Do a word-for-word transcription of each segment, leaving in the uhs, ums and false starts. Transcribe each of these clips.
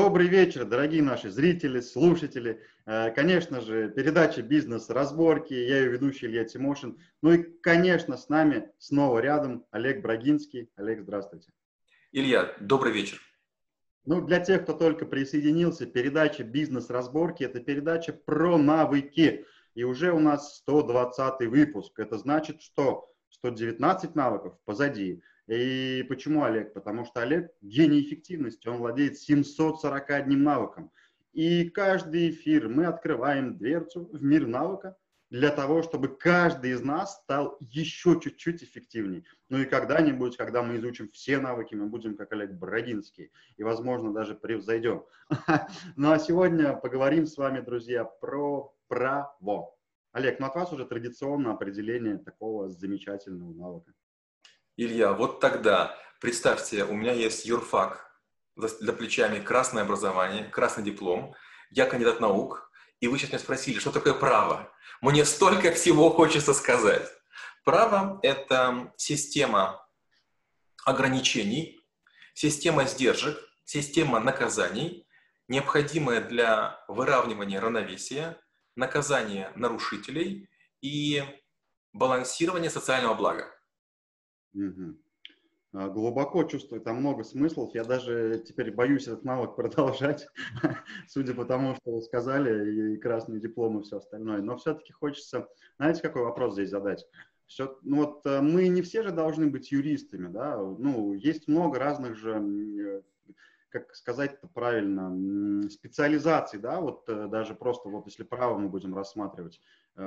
Добрый вечер, дорогие наши зрители, слушатели. Э, Конечно же, передача «Бизнес-разборки». Я ее ведущий Илья Тимошин. Ну и, конечно, с нами снова рядом Олег Брагинский. Олег, здравствуйте. Илья, добрый вечер. Ну, для тех, кто только присоединился, передача «Бизнес-разборки» – это передача про навыки. И уже у нас сто двадцатый выпуск. Это значит, что сто девятнадцать навыков позади. И почему Олег? Потому что Олег гений эффективности, он владеет семьсот сорок одним навыком. И каждый эфир мы открываем дверцу в мир навыка для того, чтобы каждый из нас стал еще чуть-чуть эффективнее. Ну и когда-нибудь, когда мы изучим все навыки, мы будем как Олег Брагинский и, возможно, даже превзойдем. Ну а сегодня поговорим с вами, друзья, про право. Олег, ну от вас уже традиционно определение такого замечательного навыка. Илья, вот тогда, представьте, у меня есть юрфак, за плечами красное образование, красный диплом, я кандидат наук, и вы сейчас меня спросили, что такое право? Мне столько всего хочется сказать. Право – это система ограничений, система сдержек, система наказаний, необходимая для выравнивания равновесия, наказания нарушителей и балансирования социального блага. Угу. Глубоко чувствую, там много смыслов. Я даже теперь боюсь этот навык продолжать, судя по тому, что вы сказали, и красный диплом, и все остальное. Но все-таки хочется, знаете, какой вопрос здесь задать? Все, ну вот мы не все же должны быть юристами, да? Ну, есть много разных же, как сказать-то правильно, специализаций, да, вот даже просто вот если право мы будем рассматривать,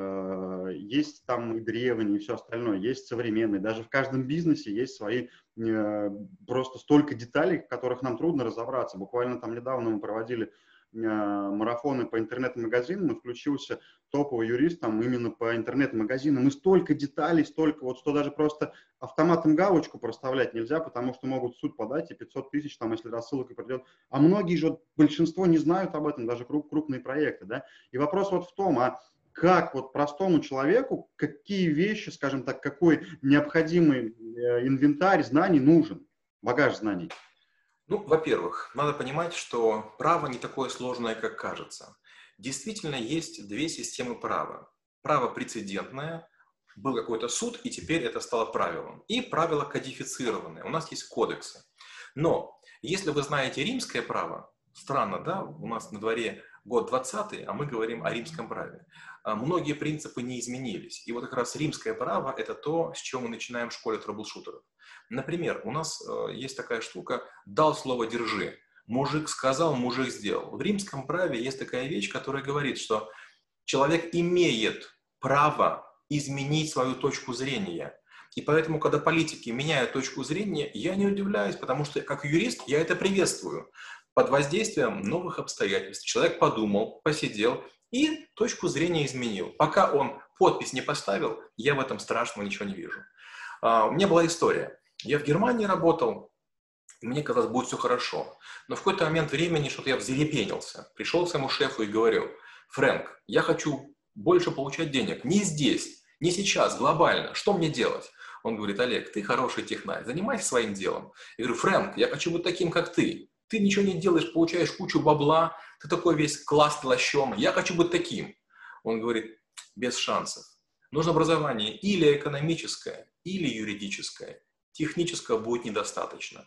есть там и древние, и все остальное, есть современные, даже в каждом бизнесе есть свои просто столько деталей, в которых нам трудно разобраться. Буквально там недавно мы проводили марафоны по интернет-магазинам, и включился топовый юрист там именно по интернет-магазинам, и столько деталей, столько, вот что даже просто автоматом галочку проставлять нельзя, потому что могут в суд подать и пятьсот тысяч, там, если рассылка придет. А многие же, большинство не знают об этом, даже круг, крупные проекты, да. И вопрос вот в том, а как вот простому человеку, какие вещи, скажем так, какой необходимый инвентарь знаний нужен, багаж знаний? Ну, во-первых, надо понимать, что право не такое сложное, как кажется. Действительно, есть две системы права. Право прецедентное, был какой-то суд, и теперь это стало правилом. И правила кодифицированные, у нас есть кодексы. Но, если вы знаете римское право, странно, да, у нас на дворе год двадцатый, а мы говорим о римском праве. Многие принципы не изменились. И вот как раз римское право – это то, с чего мы начинаем в школе трэблшутеров. Например, у нас э, есть такая штука «дал слово, держи». Мужик сказал, мужик сделал. В римском праве есть такая вещь, которая говорит, что человек имеет право изменить свою точку зрения. И поэтому, когда политики меняют точку зрения, я не удивляюсь, потому что как юрист я это приветствую. Под воздействием новых обстоятельств человек подумал, посидел и точку зрения изменил. Пока он подпись не поставил, я в этом страшного ничего не вижу. А, у меня была история. Я в Германии работал, и мне казалось, будет все хорошо. Но в какой-то момент времени что-то я взъерепенился. Пришел к своему шефу и говорю: Фрэнк, я хочу больше получать денег. Не здесь, не сейчас, глобально. Что мне делать? Он говорит: Олег, ты хороший технарь, занимайся своим делом. Я говорю: Фрэнк, я хочу быть таким, как ты. Ты ничего не делаешь, получаешь кучу бабла, ты такой весь классный, лощеный. Я хочу быть таким. Он говорит: без шансов. Нужно образование или экономическое, или юридическое. Технического будет недостаточно.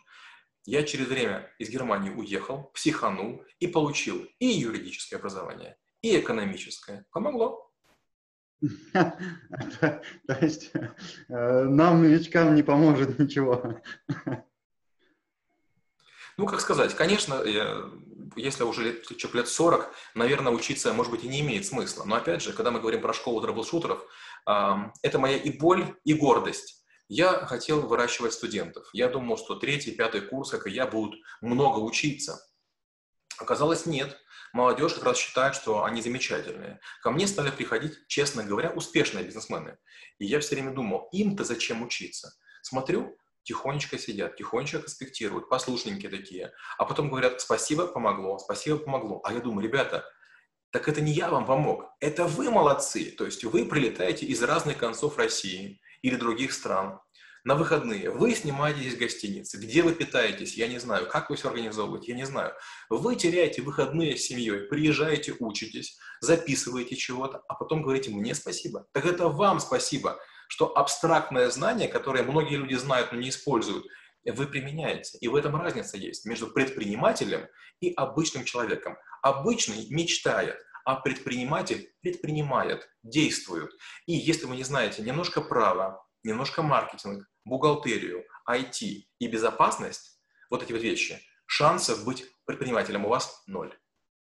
Я через время из Германии уехал, психанул и получил и юридическое образование, и экономическое. Помогло. То есть нам, новичкам, не поможет ничего. Ну, как сказать, конечно, если уже лет, человек лет сорок, наверное, учиться, может быть, и не имеет смысла. Но, опять же, когда мы говорим про школу трэблшутеров, это моя и боль, и гордость. Я хотел выращивать студентов. Я думал, что третий, пятый курс, как и я, будут много учиться. Оказалось, нет. Молодежь как раз считает, что они замечательные. Ко мне стали приходить, честно говоря, успешные бизнесмены. И я все время думал, им-то зачем учиться? Смотрю, тихонечко сидят, тихонечко конспектируют, послушненькие такие. А потом говорят: спасибо, помогло, спасибо, помогло. А я думаю: ребята, так это не я вам помог, это вы молодцы. То есть вы прилетаете из разных концов России или других стран. на выходные вы снимаетесь из гостиницы, где вы питаетесь, я не знаю, как вы все организовываете, я не знаю. Вы теряете выходные с семьей, приезжаете, учитесь, записываете чего-то, а потом говорите «мне спасибо». Так это вам спасибо, что абстрактное знание, которое многие люди знают, но не используют, вы применяете. И в этом разница есть между предпринимателем и обычным человеком. Обычный мечтает, а предприниматель предпринимает, действует. И если вы не знаете немножко права, немножко маркетинг, бухгалтерию, ай ти и безопасность, вот эти вот вещи, шансов быть предпринимателем у вас ноль.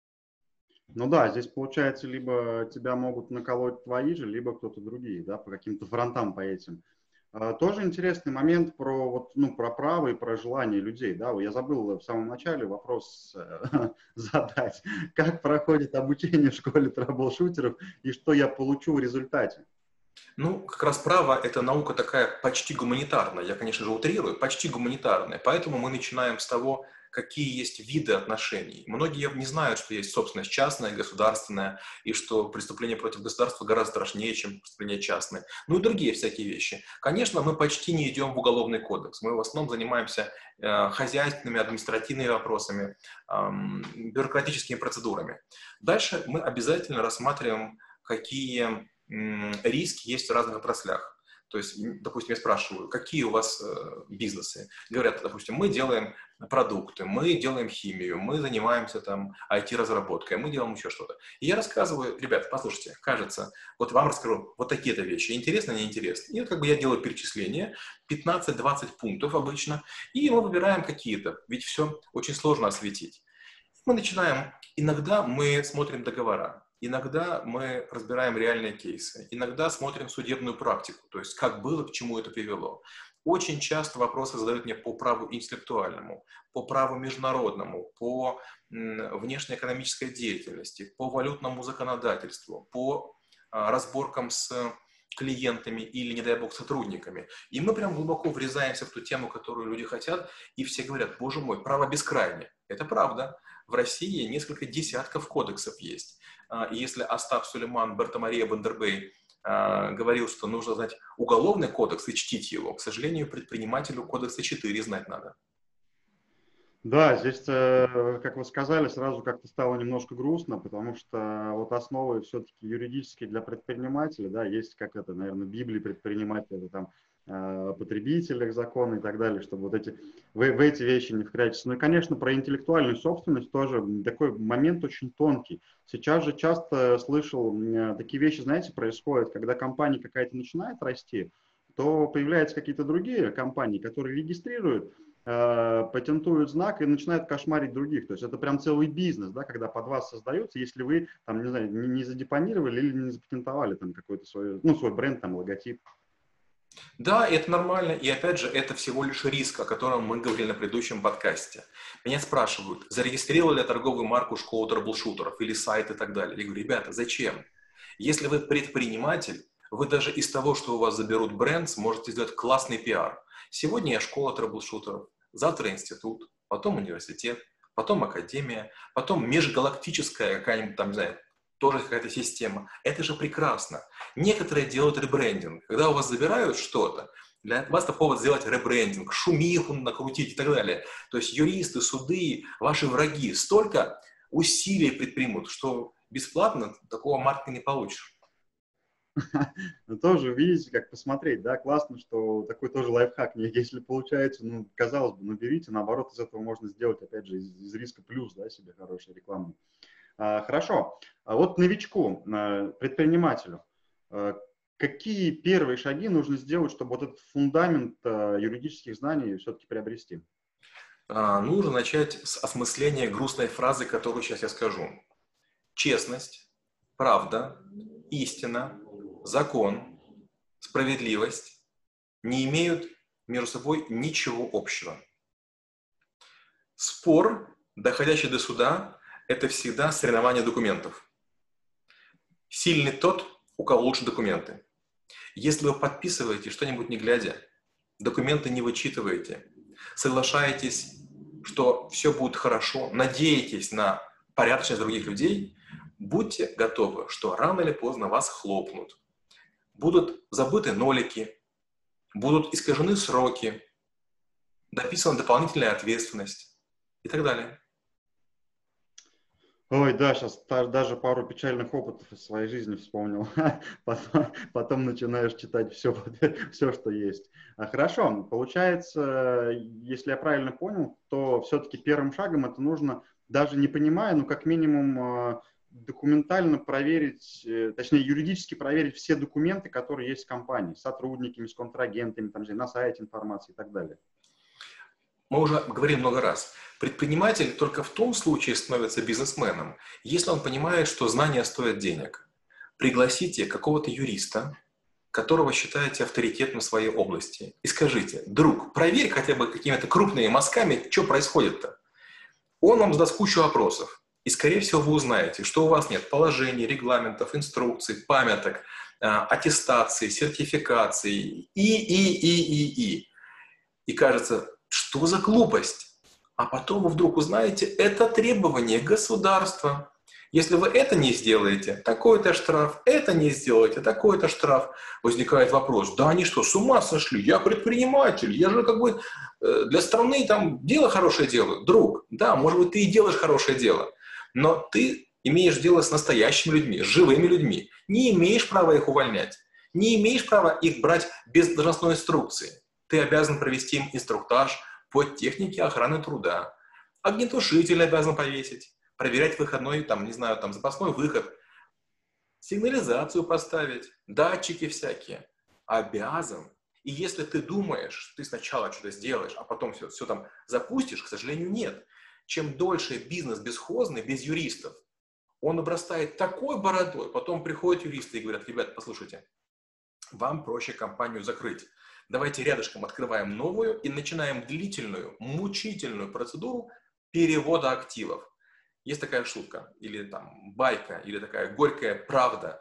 Ну да, здесь получается, либо тебя могут наколоть твои же, либо кто-то другие, да, по каким-то фронтам по этим. А, тоже интересный момент про, вот, ну, про право и про желание людей. Да? Я забыл в самом начале вопрос э, задать. Как проходит обучение в школе трэбл-шутеров и что я получу в результате? Ну, как раз право – это наука такая почти гуманитарная. Я, конечно же, утрирую, почти гуманитарная. Поэтому мы начинаем с того, какие есть виды отношений. Многие не знают, что есть собственность частная, государственная, и что преступление против государства гораздо страшнее, чем преступление частное. Ну и другие всякие вещи. Конечно, мы почти не идем в уголовный кодекс. Мы в основном занимаемся э, хозяйственными, административными вопросами, э, бюрократическими процедурами. Дальше мы обязательно рассматриваем, какие риски есть в разных отраслях. То есть, допустим, я спрашиваю, какие у вас э, бизнесы? Говорят, допустим, мы делаем продукты, мы делаем химию, мы занимаемся там ай ти-разработкой, мы делаем еще что-то. И я рассказываю, ребят, послушайте, кажется, вот вам расскажу вот такие-то вещи, интересно, неинтересно. И как бы я делаю перечисление, пятнадцать-двадцать пунктов обычно, и мы выбираем какие-то, ведь все очень сложно осветить. Мы начинаем, иногда мы смотрим договора. Иногда мы разбираем реальные кейсы, иногда смотрим судебную практику, то есть как было, к чему это привело. Очень часто вопросы задают мне по праву интеллектуальному, по праву международному, по м, внешнеэкономической деятельности, по валютному законодательству, по а, разборкам с клиентами или, не дай бог, сотрудниками. И мы прям глубоко врезаемся в ту тему, которую люди хотят, и все говорят, боже мой, право бескрайнее. Это правда. В России несколько десятков кодексов есть. И если Остап Сулейман, Берта-Мария Бандербей говорил, что нужно знать уголовный кодекс и чтить его, к сожалению, предпринимателю кодекса четыре знать надо. Да, здесь, как вы сказали, сразу как-то стало немножко грустно, потому что вот основы все-таки юридические для предпринимателя, да, есть как это, наверное, Библия предпринимателя, это там о потребителях законы и так далее, чтобы вот эти, в, в эти вещи не вкрячиться. Ну и, конечно, про интеллектуальную собственность тоже такой момент очень тонкий. Сейчас же часто слышал, такие вещи, знаете, происходят, когда компания какая-то начинает расти, то появляются какие-то другие компании, которые регистрируют, патентуют знак и начинают кошмарить других. То есть это прям целый бизнес, да, когда под вас создается, если вы там, не знаю, не, не задепонировали или не запатентовали там какой-то свой, ну, свой бренд, там, логотип. Да, это нормально, и опять же, это всего лишь риск, о котором мы говорили на предыдущем подкасте. Меня спрашивают, зарегистрировали ли я торговую марку школу трэбл-шутеров или сайт и так далее. Я говорю, ребята, зачем? Если вы предприниматель, вы даже из того, что у вас заберут бренд, сможете сделать классный пиар. Сегодня я школа трэбл-шутеров, завтра институт, потом университет, потом академия, потом межгалактическая какая-нибудь там, не знаю, тоже какая-то система. Это же прекрасно. Некоторые делают ребрендинг. Когда у вас забирают что-то, для вас это повод сделать ребрендинг, шумиху накрутить и так далее. То есть юристы, суды, ваши враги столько усилий предпримут, что бесплатно такого маркетинга не получишь. Но тоже, видите, как посмотреть, да, классно, что такой тоже лайфхак, если получается, ну, казалось бы, ну, берите, наоборот, из этого можно сделать, опять же, из, из риска плюс, да, себе хорошую рекламу. А, хорошо, а вот новичку, предпринимателю, какие первые шаги нужно сделать, чтобы вот этот фундамент юридических знаний все-таки приобрести? А, нужно начать с осмысления грустной фразы, которую сейчас я скажу. Честность, правда, истина, закон, справедливость не имеют между собой ничего общего. Спор, доходящий до суда, это всегда соревнование документов. Сильный тот, у кого лучше документы. Если вы подписываете что-нибудь не глядя, документы не вычитываете, соглашаетесь, что все будет хорошо, надеетесь на порядочность других людей, будьте готовы, что рано или поздно вас хлопнут. Будут забыты нолики, будут искажены сроки, дописана дополнительная ответственность и так далее. Ой, да, сейчас даже пару печальных опытов из своей жизни вспомнил. Потом, потом начинаешь читать все, все, что есть. А, хорошо, получается, если я правильно понял, то все-таки первым шагом это нужно, даже не понимая, но как минимум документально проверить, точнее юридически проверить все документы, которые есть в компании, с сотрудниками, с контрагентами, там, на сайте информации и так далее. Мы уже говорили много раз. Предприниматель только в том случае становится бизнесменом, если он понимает, что знания стоят денег. Пригласите какого-то юриста, которого считаете авторитетом в своей области, и скажите: друг, проверь хотя бы какими-то крупными мазками, что происходит-то. Он вам задаст кучу вопросов, и, скорее всего, вы узнаете, что у вас нет положений, регламентов, инструкций, памяток, аттестаций, сертификаций и, и, и, и, и. И кажется, что за глупость? А потом вы вдруг узнаете, это требование государства. Если вы это не сделаете, такой-то штраф, это не сделаете, такой-то штраф. Возникает вопрос: да они что, с ума сошли? Я предприниматель, я же как бы для страны там дело хорошее делаю. Друг, да, может быть, ты и делаешь хорошее дело, но ты имеешь дело с настоящими людьми, с живыми людьми. Не имеешь права их увольнять, не имеешь права их брать без должностной инструкции. Ты обязан провести им инструктаж по технике охраны труда. Огнетушитель обязан повесить, проверять выходной, там, не знаю, там, запасной выход, сигнализацию поставить, датчики всякие. Обязан. И если ты думаешь, ты сначала что-то сделаешь, а потом все, все там запустишь, к сожалению, нет. Чем дольше бизнес бесхозный, без юристов, он обрастает такой бородой, потом приходят юристы и говорят: ребят, послушайте, вам проще компанию закрыть. Давайте рядышком открываем новую и начинаем длительную, мучительную процедуру перевода активов. Есть такая шутка, или там байка, или такая горькая правда.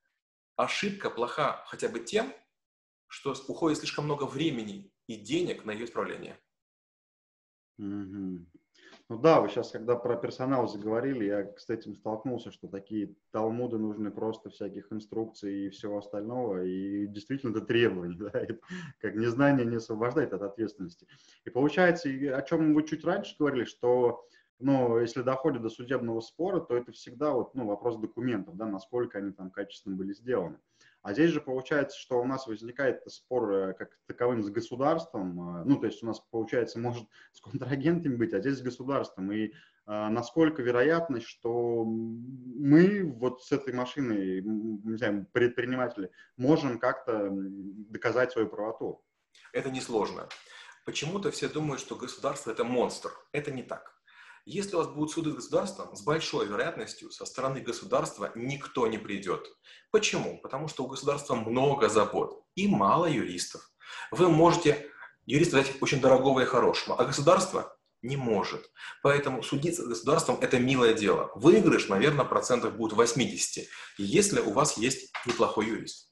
Ошибка плоха хотя бы тем, что уходит слишком много времени и денег на ее исправление. Mm-hmm. Ну да, вы сейчас, когда про персонал заговорили, я с этим столкнулся, что такие талмуды нужны просто всяких инструкций и всего остального, и действительно это требование, да, это, как незнание не освобождает от ответственности. И получается, о чем вы чуть раньше говорили, что, ну, если доходит до судебного спора, то это всегда вот, ну, вопрос документов, да, насколько они там качественно были сделаны. А здесь же получается, что у нас возникает спор как таковым с государством, ну, то есть у нас, получается, может с контрагентами быть, а здесь с государством. И а, насколько вероятность, что мы вот с этой машиной, не знаю, предприниматели, можем как-то доказать свою правоту? Это несложно. Почему-то все думают, что государство – это монстр. Это не так. Если у вас будут суды с государством, с большой вероятностью со стороны государства никто не придет. Почему? Потому что у государства много забот и мало юристов. Вы можете юриста дать очень дорогого и хорошего, а государство не может. Поэтому судиться с государством – это милое дело. Выигрыш, наверное, процентов будет восемьдесят, если у вас есть неплохой юрист.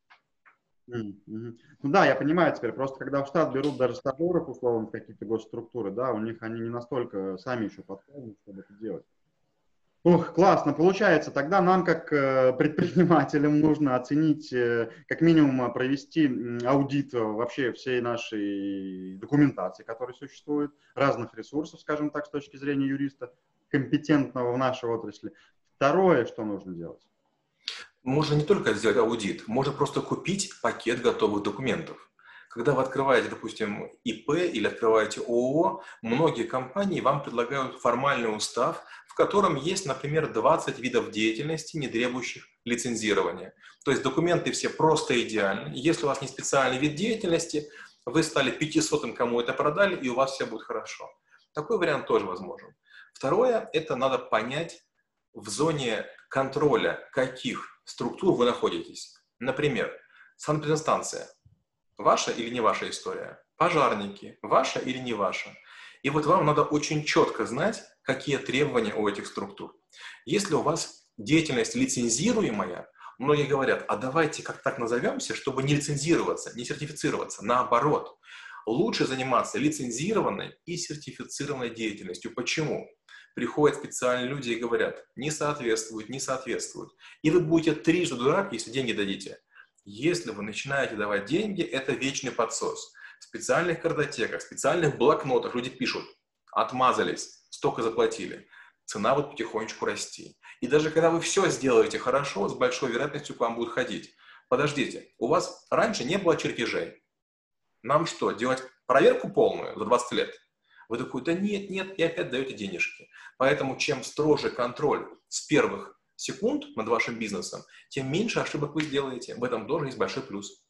Mm-hmm. Ну да, я понимаю теперь, просто когда в штат берут даже стажеров, условно, в какие-то госструктуры, да, у них они не настолько сами еще подходят, чтобы это делать. Ух, классно, получается, тогда нам, как э, предпринимателям, нужно оценить, э, как минимум провести аудит вообще всей нашей документации, которая существует, разных ресурсов, скажем так, с точки зрения юриста, компетентного в нашей отрасли. Второе, что нужно делать? Можно не только сделать аудит, можно просто купить пакет готовых документов. Когда вы открываете, допустим, ИП или открываете ООО, многие компании вам предлагают формальный устав, в котором есть, например, двадцать видов деятельности, не требующих лицензирования. То есть документы все просто идеальны. Если у вас не специальный вид деятельности, вы стали пятисотым, кому это продали, и у вас все будет хорошо. Такой вариант тоже возможен. Второе, это надо понять в зоне контроля, каких структур вы находитесь. Например, санэпидстанция. Ваша или не ваша история? Пожарники. Ваша или не ваша? И вот вам надо очень четко знать, какие требования у этих структур. Если у вас деятельность лицензируемая, многие говорят: а давайте как так назовемся, чтобы не лицензироваться, не сертифицироваться. Наоборот, лучше заниматься лицензированной и сертифицированной деятельностью. Почему? Приходят специальные люди и говорят: не соответствует, не соответствует. И вы будете трижды дурак, если деньги дадите. Если вы начинаете давать деньги, это вечный подсос. В специальных картотеках, в специальных блокнотах люди пишут: отмазались, столько заплатили. Цена будет потихонечку расти. И даже когда вы все сделаете хорошо, с большой вероятностью к вам будут ходить. Подождите, у вас раньше не было чертежей. Нам что, делать проверку полную за двадцать лет? Вы такой: да нет, нет, и опять даете денежки. Поэтому чем строже контроль с первых секунд над вашим бизнесом, тем меньше ошибок вы сделаете. В этом тоже есть большой плюс.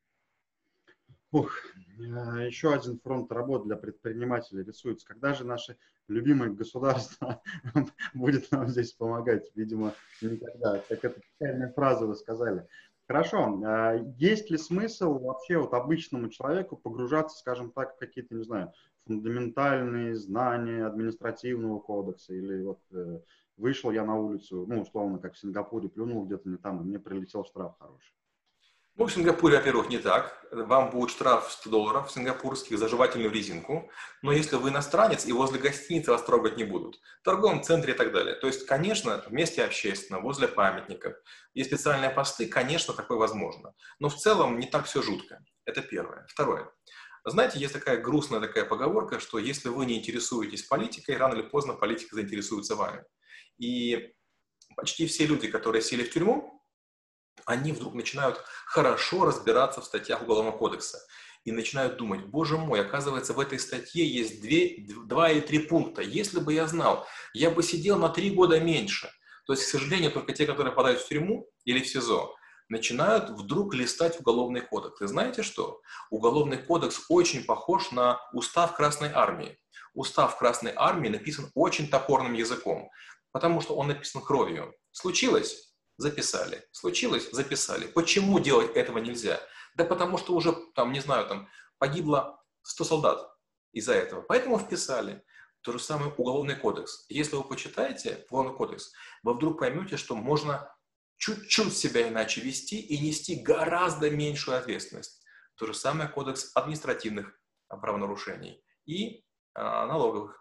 Ух, еще один фронт работ для предпринимателей рисуется. Когда же наше любимое государство будет нам здесь помогать? Видимо, никогда. Так это печальная фраза вы сказали. Хорошо. Есть ли смысл вообще вот обычному человеку погружаться, скажем так, в какие-то, не знаю, фундаментальные знания административного кодекса? Или вот вышел я на улицу, ну, условно, как в Сингапуре, плюнул где-то не там, и мне прилетел штраф хороший. Ну, в Сингапуре, во-первых, не так. Вам будет штраф сто долларов сингапурских за жевательную резинку. Но если вы иностранец, и возле гостиницы вас трогать не будут. В торговом центре и так далее. То есть, конечно, в месте общественно, возле памятников и специальные посты, конечно, такое возможно. Но в целом не так все жутко. Это первое. Второе. Знаете, есть такая грустная такая поговорка, что если вы не интересуетесь политикой, рано или поздно политика заинтересуется вами. И почти все люди, которые сели в тюрьму, они вдруг начинают хорошо разбираться в статьях Уголовного кодекса и начинают думать: боже мой, оказывается, в этой статье есть две, два или три пункта. Если бы я знал, я бы сидел на три года меньше. То есть, к сожалению, только те, которые попадают в тюрьму или в СИЗО, начинают вдруг листать Уголовный кодекс. И знаете что? Уголовный кодекс очень похож на устав Красной Армии. Устав Красной Армии написан очень топорным языком, потому что он написан кровью. Случилось? Записали. Случилось? Записали. Почему делать этого нельзя? Да потому что уже, там, не знаю, там погибло сто солдат из-за этого. Поэтому вписали. То же самое Уголовный кодекс. Если вы почитаете Уголовный кодекс, вы вдруг поймете, что можно чуть-чуть себя иначе вести и нести гораздо меньшую ответственность. То же самое Кодекс административных правонарушений и а, налоговых.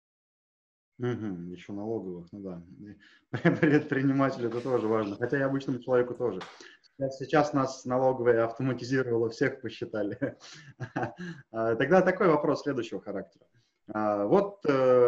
Угу, еще налоговых, ну да. Предпринимателю это тоже важно, хотя и обычному человеку тоже. Сейчас нас налоговая автоматизировала, всех посчитали. Тогда такой вопрос следующего характера. Вот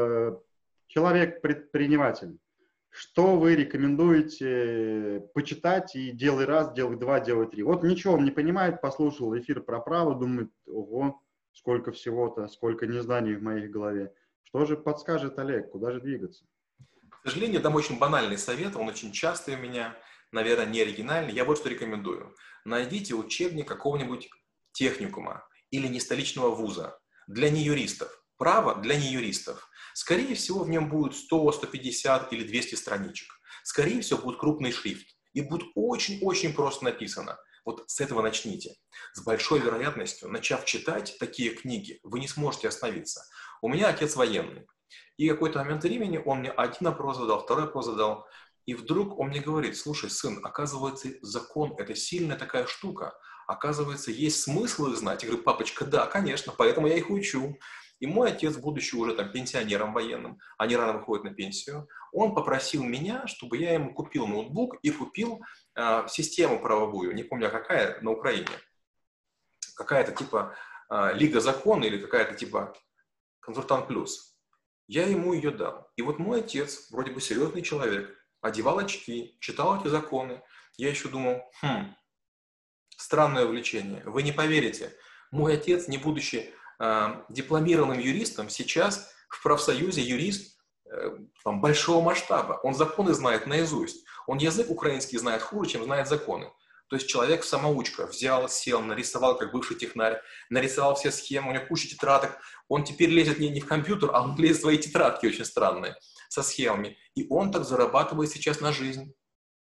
человек-предприниматель, что вы рекомендуете почитать и делай раз, делай два, делай три? Вот ничего он не понимает, послушал эфир про право, думает: ого, сколько всего-то, сколько незнаний в моей голове. Что же подскажет Олег, куда же двигаться? К сожалению, дам очень банальный совет, он очень частый у меня, наверное, не оригинальный. Я вот что рекомендую. Найдите учебник какого-нибудь техникума или нестоличного вуза для неюристов. Право для неюристов. Скорее всего, в нем будет сто, сто пятьдесят или двести страничек. Скорее всего, будет крупный шрифт. И будет очень-очень просто написано. Вот с этого начните. С большой вероятностью, начав читать такие книги, вы не сможете остановиться. У меня отец военный. И в какой-то момент времени он мне один вопрос задал, второй вопрос задал. И вдруг он мне говорит: слушай, сын, оказывается, закон – это сильная такая штука. Оказывается, есть смысл их знать. Я говорю: папочка, да, конечно, поэтому я их учу. И мой отец, будучи уже там пенсионером военным, они рано выходят на пенсию, он попросил меня, чтобы я ему купил ноутбук и купил э, систему правовую, не помню какая, на Украине. Какая-то типа э, Лига закона или какая-то типа Консультант Плюс. Я ему ее дал. И вот мой отец, вроде бы серьезный человек, одевал очки, читал эти законы. Я еще думал: хм, странное увлечение. Вы не поверите, мой отец, не будучи э, дипломированным юристом, сейчас в профсоюзе юрист э, там, большого масштаба. Он законы знает наизусть. Он язык украинский знает хуже, чем знает законы. То есть человек-самоучка взял, сел, нарисовал, как бывший технарь, нарисовал все схемы, у него куча тетрадок. Он теперь лезет не, не в компьютер, а он лезет в свои тетрадки очень странные, со схемами. И он так зарабатывает сейчас на жизнь.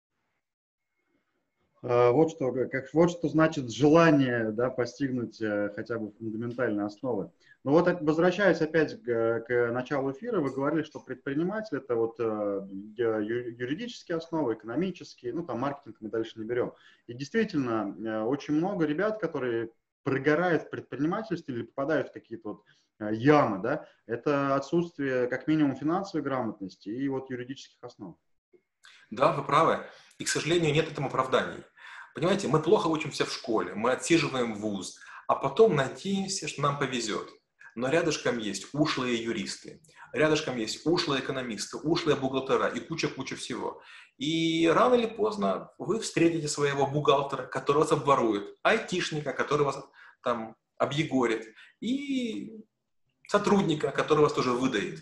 Вот что, как, вот что значит желание, да, постигнуть хотя бы фундаментальные основы. Но вот возвращаясь опять к, к началу эфира, вы говорили, что предприниматель – это вот юридические основы, экономические, ну там маркетинг мы дальше не берем. И действительно, очень много ребят, которые прогорают в предпринимательстве или попадают в какие-то вот ямы, да, это отсутствие как минимум финансовой грамотности и вот юридических основ. Да, вы правы. И, к сожалению, нет этому оправданий. Понимаете, мы плохо учимся в школе, мы отсиживаем вуз, а потом надеемся, что нам повезет. Но рядышком есть ушлые юристы, рядышком есть ушлые экономисты, ушлые бухгалтера и куча-куча всего. И рано или поздно вы встретите своего бухгалтера, который вас обворует, айтишника, который вас там объегорит, и сотрудника, который вас тоже выдает.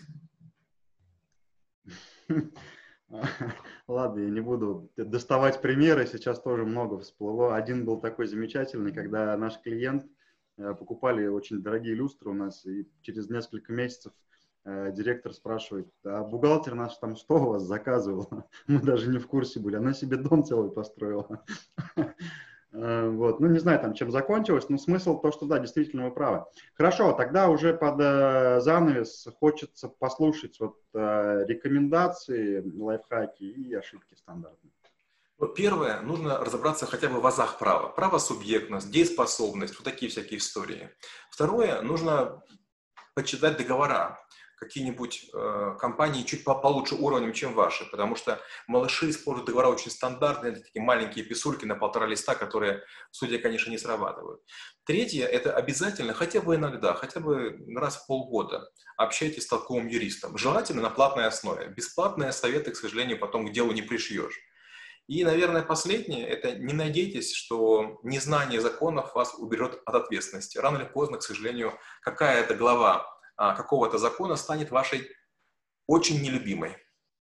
Ладно, я не буду доставать примеры, сейчас тоже много всплыло. Один был такой замечательный, когда наш клиент э, покупали очень дорогие люстры у нас, и через несколько месяцев э, директор спрашивает: а бухгалтер наш там что у вас заказывал? Мы даже не в курсе были, она себе дом целый построила. Вот. Ну, не знаю, там, чем закончилось, но смысл то, что да, действительно вы правы. Хорошо, тогда уже под э, занавес хочется послушать вот э, рекомендации, лайфхаки и ошибки стандартные. Ну, первое, нужно разобраться хотя бы в азах права. Правосубъектность, дееспособность, вот такие всякие истории. Второе, нужно почитать договора. Какие-нибудь э, компании чуть по получше уровнем, чем ваши, потому что малыши используют договора очень стандартные, это такие маленькие писульки на полтора листа, которые в суде, конечно, не срабатывают. Третье, это обязательно, хотя бы иногда, хотя бы раз в полгода общайтесь с толковым юристом, желательно на платной основе. Бесплатные советы, к сожалению, потом к делу не пришьешь. И, наверное, последнее, это не надейтесь, что незнание законов вас уберет от ответственности. Рано или поздно, к сожалению, какая-то глава какого-то закона станет вашей очень нелюбимой.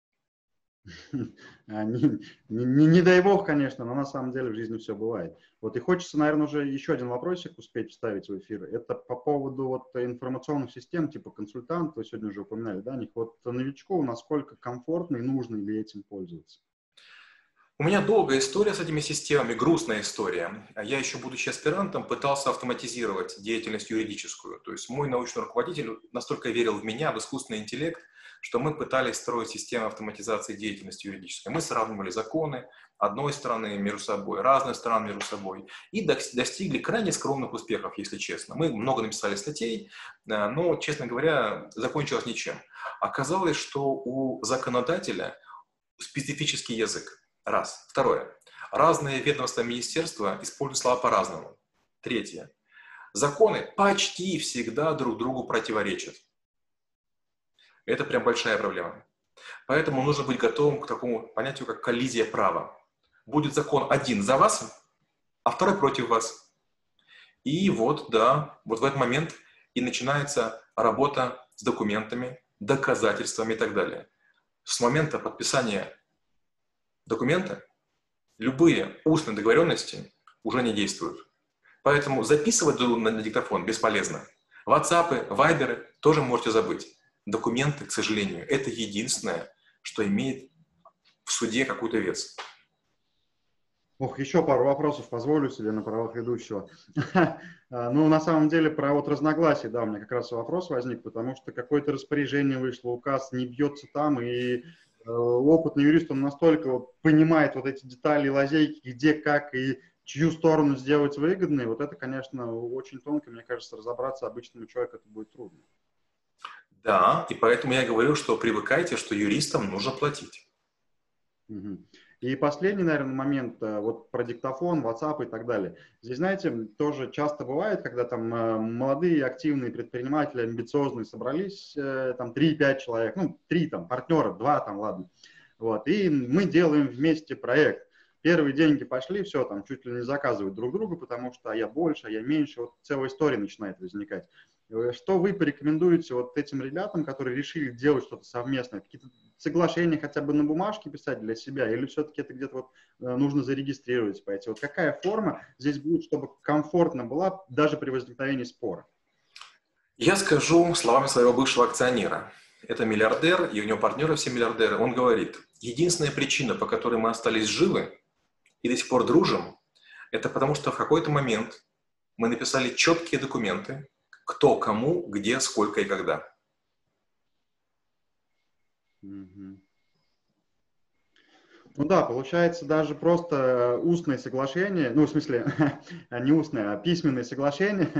Не, не, не дай бог, конечно, но на самом деле в жизни все бывает. Вот и хочется, наверное, уже еще один вопросик успеть вставить в эфир. Это по поводу вот информационных систем, типа консультант, вы сегодня уже упоминали, да, них вот новичку насколько комфортно и нужно ли этим пользоваться? У меня долгая история с этими системами, грустная история. Я еще, будучи аспирантом, пытался автоматизировать деятельность юридическую. То есть мой научный руководитель настолько верил в меня, в искусственный интеллект, что мы пытались строить систему автоматизации деятельности юридической. Мы сравнивали законы одной страны между собой, разных стран между собой, и достигли крайне скромных успехов, если честно. Мы много написали статей, но, честно говоря, закончилось ничем. Оказалось, что у законодателя специфический язык. Раз. Второе. Разные ведомства, министерства используют слова по-разному. Третье. Законы почти всегда друг другу противоречат. Это прям большая проблема. Поэтому нужно быть готовым к такому понятию, как коллизия права. Будет закон один за вас, а второй против вас. И вот, да, вот в этот момент и начинается работа с документами, доказательствами и так далее. С момента подписания документа любые устные договоренности уже не действуют. Поэтому записывать на диктофон бесполезно. WhatsApp, Viber тоже можете забыть. Документы, к сожалению, это единственное, что имеет в суде какой-то вес. Ох, еще пару вопросов позволю себе на правах ведущего. Ну, на самом деле, про вот разногласия, да, у меня как раз вопрос возник, потому что какое-то распоряжение вышло, указ не бьется там, и опытный юрист, он настолько понимает вот эти детали, лазейки, где, как и чью сторону сделать выгодной, вот это, конечно, очень тонко, мне кажется, разобраться обычному человеку это будет трудно. Да, и поэтому я говорю, что привыкайте, что юристам нужно платить. Угу. И последний, наверное, момент, вот про диктофон, WhatsApp и так далее. Здесь, знаете, тоже часто бывает, когда там молодые, активные предприниматели, амбициозные собрались, там три-пять человек, ну, три там партнера, два там, ладно. Вот, и мы делаем вместе проект. Первые деньги пошли, все, там чуть ли не заказывают друг другу, потому что а я больше, а я меньше, вот целая история начинает возникать. Что вы порекомендуете вот этим ребятам, которые решили делать что-то совместное, какие-то соглашения хотя бы на бумажке писать для себя, или все-таки это где-то вот нужно зарегистрировать, понимаете? Вот какая форма здесь будет, чтобы комфортно была даже при возникновении спора? Я скажу словами своего бывшего акционера. Это миллиардер, и у него партнеры все миллиардеры. Он говорит, единственная причина, по которой мы остались живы и до сих пор дружим, это потому что в какой-то момент мы написали четкие документы, кто, кому, где, сколько и когда. Угу. Ну да, получается даже просто устное соглашение, ну в смысле не устное, а письменное соглашение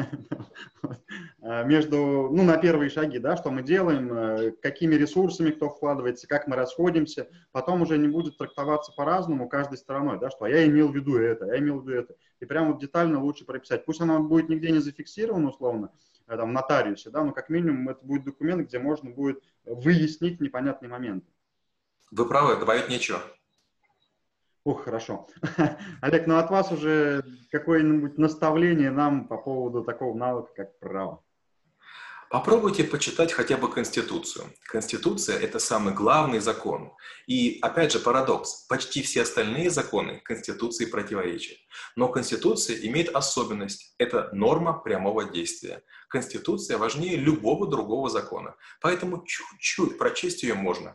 между, ну на первые шаги, да, что мы делаем, какими ресурсами кто вкладывается, как мы расходимся, потом уже не будет трактоваться по-разному каждой стороной, да, что а я имел в виду это, я имел в виду это. И прям вот детально лучше прописать. Пусть она будет нигде не зафиксирована условно, там, в нотариусе, да, но как минимум это будет документ, где можно будет выяснить непонятные моменты. Вы правы, добавить нечего. Ух, хорошо. Олег, ну от вас уже какое-нибудь наставление нам по поводу такого навыка, как право? Попробуйте почитать хотя бы Конституцию. Конституция – это самый главный закон. И, опять же, парадокс. Почти все остальные законы Конституции противоречат. Но Конституция имеет особенность – это норма прямого действия. Конституция важнее любого другого закона. Поэтому чуть-чуть прочесть ее можно.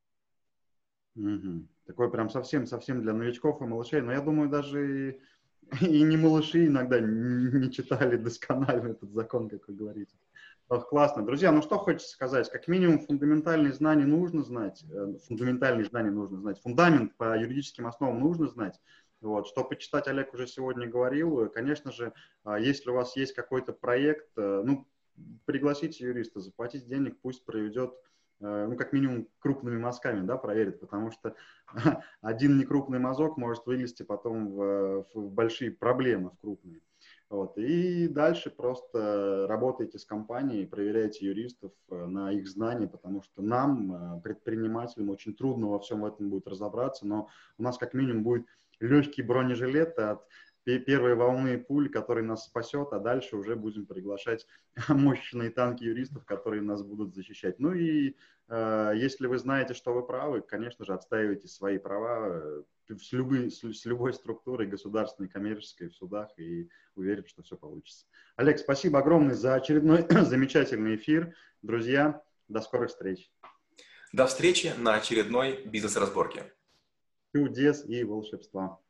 Угу. Такой прям совсем-совсем для новичков и малышей. Но я думаю, даже и, и не малыши иногда не читали досконально этот закон, как вы говорите. Ох, классно. Друзья, ну что хочется сказать? Как минимум фундаментальные знания нужно знать. Фундаментальные знания нужно знать. Фундамент по юридическим основам нужно знать. Вот. Что почитать Олег уже сегодня говорил. Конечно же, если у вас есть какой-то проект, ну, пригласите юриста, заплатите денег, пусть проведет, ну, как минимум, крупными мазками, да, проверит, потому что один некрупный мазок может вылезти потом в, в большие проблемы, в крупные. Вот. И дальше просто работайте с компанией, проверяйте юристов на их знания, потому что нам, предпринимателям, очень трудно во всем этом будет разобраться, но у нас как минимум будет легкий бронежилет от первой волны пуль, который нас спасет, а дальше уже будем приглашать мощные танки юристов, которые нас будут защищать. Ну и э, если вы знаете, что вы правы, конечно же, отстаивайте свои права с, любой, с любой структурой, государственной, коммерческой, в судах, и уверен, что все получится. Олег, спасибо огромное за очередной замечательный эфир. Друзья, до скорых встреч. До встречи на очередной бизнес-разборке. Чудес и волшебства.